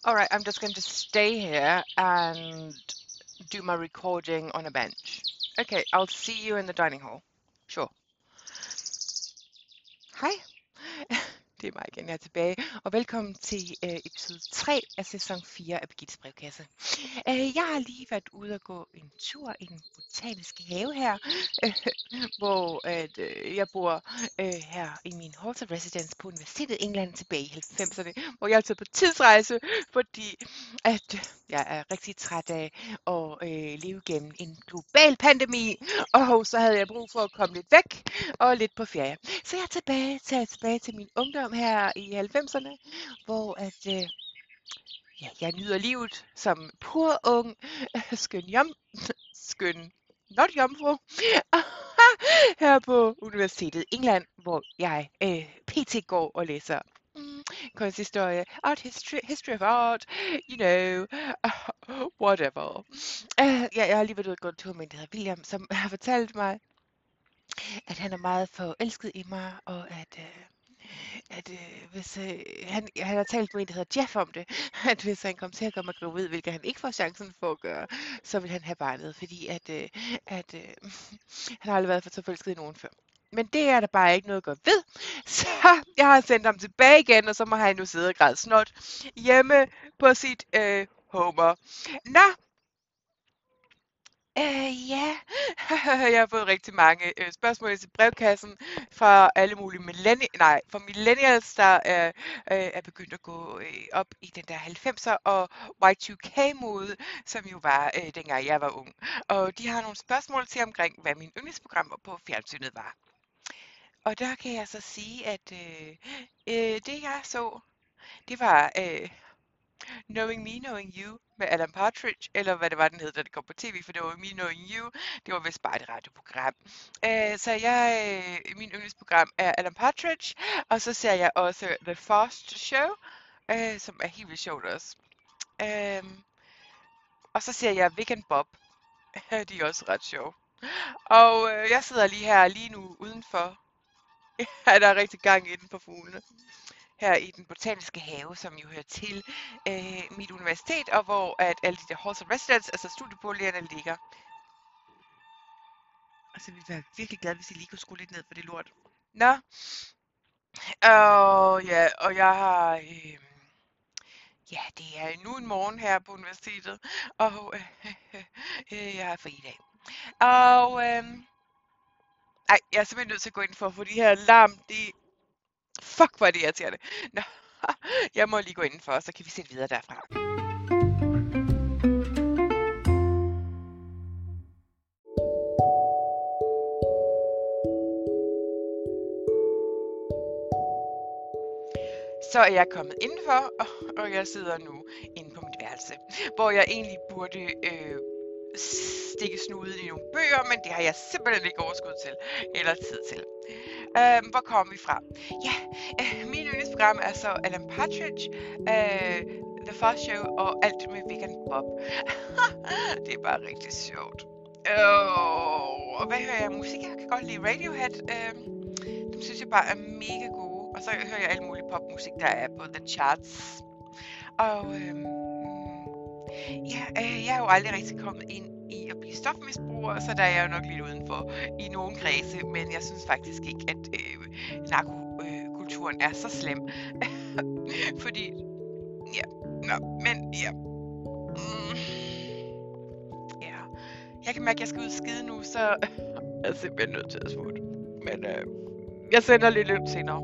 All right, I'm just going to stay here and do my recording on a bench. Okay, I'll see you in the dining hall. Sure. Hej. Det er mig igen, jeg er tilbage. Og velkommen til episode 3 af sæson 4 af Birgittes brevkasse. Jeg har lige været ude og gå en tur i den botaniske have her, hvor jeg bor her i min Halter Residence på Universitetet i England tilbage i 90'erne, hvor jeg er taget på tidsrejse, fordi at jeg er rigtig træt af at leve gennem en global pandemi, og så havde jeg brug for at komme lidt væk og lidt på ferie. Så jeg er tilbage til min ungdom her i 90'erne, hvor jeg nyder livet som pur ung, skøn not jomfru, her på Universitetet i England, hvor jeg pt. Går og læser kunsthistorie, art history of art, you know, whatever. Jeg har lige været ude og gå en tur med en, der hedder William, som har fortalt mig, at han er meget forelsket i mig, og at hvis han har talt med en, der hedder Jeff om det, at hvis han kom til at gøre mig gravid, hvilket han ikke får chancen for at gøre, så vil han have barnet, fordi han har aldrig været så forelsket i nogen før. Men det er der bare ikke noget at gøre ved, så jeg har sendt ham tilbage igen, og så må han nu sidde og græde snot hjemme på sit Homer. Nå, ja, jeg har fået rigtig mange spørgsmål til brevkassen fra alle mulige millennials, der er begyndt at gå op i den der 90'er og Y2K-mode, som jo var dengang jeg var ung. Og de har nogle spørgsmål til omkring, hvad min yndlingsprogram på fjernsynet var. Og der kan jeg så sige, at det jeg så, det var Knowing Me, Knowing You med Alan Partridge, eller hvad det var, den hed, da det kom på tv, for det var Me, Knowing You, det var vist bare et radioprogram. Så min yndlingsprogram er Alan Partridge, og så ser jeg også The Fast Show, som er helt vildt sjovt også. Og så ser jeg Vic and Bob, de er også ret sjove. Og jeg sidder lige nu udenfor. Ja, der er rigtig gang i den på fuglene. Her i den botaniske have, som jo hører til mit universitet, og hvor at alle de der halls residence, altså studieboligerne, ligger. Altså, vi ville være virkelig glade, hvis I lige kunne skrue lidt ned for det lort. Nå. Og jeg har... det er nu en morgen her på universitetet, og jeg har fri i dag. Og... jeg er simpelthen nødt til at gå ind for de her larm, fuck, hvor er det irriterende. Nå, jeg må lige gå indenfor, så kan vi se videre derfra. Så er jeg kommet indenfor, og jeg sidder nu inde på mit værelse, hvor jeg egentlig burde stikke snuden i nogle bøger, men det har jeg simpelthen ikke overskud til, eller tid til. Hvor kommer vi fra? Ja, min yndlingsprogram er så Alan Partridge, The Fast Show og alt med Vic and Bob. Det er bare rigtig sjovt. Og hvad hører jeg musik? Jeg kan godt lide Radiohead. Dem synes jeg bare er mega gode. Og så hører jeg alt muligt popmusik, der er på The Charts. Og jeg er jo aldrig rigtig kommet ind i at blive stofmisbruger, så der er jeg jo nok lidt udenfor i nogle kredse, men jeg synes faktisk ikke, at narkokulturen er så slem. Fordi, jeg kan mærke, at jeg skal ud og skide nu, så jeg er simpelthen nødt til at smutte. Men jeg sender lidt løb senere.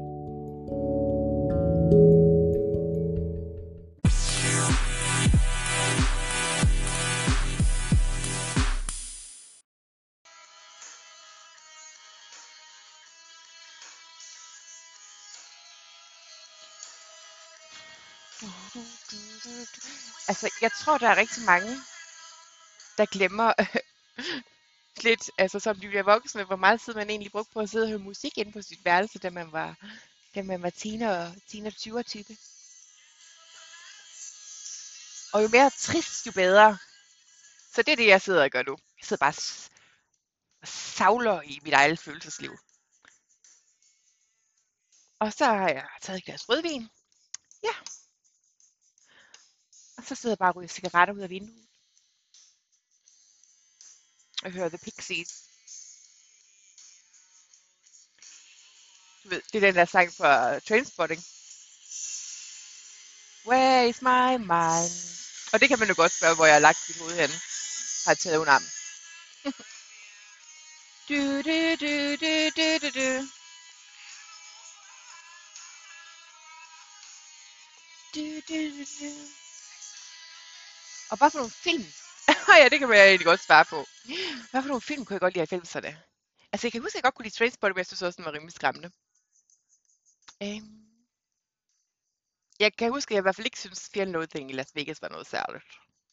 Altså, jeg tror, der er rigtig mange, der glemmer lidt, altså som de bliver voksne, hvor meget tid man egentlig brugte på at sidde og høre musik inde på sit værelse, da man var teen- og 20'er-type. Og jo mere trist, jo bedre. Så det er det, jeg sidder og gør nu. Jeg sidder bare og savler i mit eget følelsesliv. Og så har jeg taget et glas rødvin. Ja. Så sidder jeg bare og ryger cigaretter ud af vinduet. Og hører The Pixies. Du ved, det er den der sang fra Trainspotting. Where is my mind? Og det kan man jo godt spørge, hvor jeg har lagt mit hoved hen. Har jeg taget under armen. Du, du, du, du, du, du, du. Du, du, du, du. Og bare for nogle film. Ja, det kan man egentlig godt svare på. Hvad for nogle film kunne jeg godt lide i 90'erne? Altså, jeg kan huske, at jeg godt kunne lide Trainspotting, men jeg synes også, den var rimelig skræmmende. Jeg kan huske, at jeg i hvert fald ikke synes, Fear and Loathing i Las Vegas var noget særligt.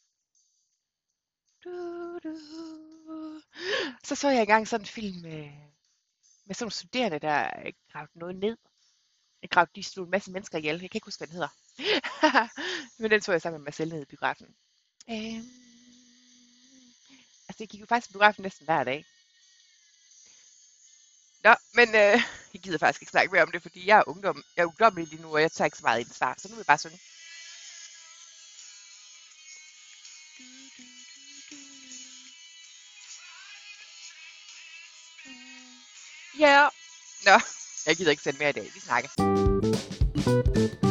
Du, du. Så jeg engang sådan en film med sådan nogle studerende, der gravede noget ned. De slog en masse mennesker ihjel. Jeg kan ikke huske, hvad den hedder. Men den så jeg sammen med mig selv nede i biografen. Altså, jeg gik jo faktisk i biografen næsten hver dag. Nå, men jeg gider faktisk ikke snakke mere om det, fordi jeg er ungdommelig lige nu, og jeg tager ikke så meget ansvar. Så nu vil jeg bare synge. Ja. Nå, jeg gider ikke sende mere i dag. Vi snakker.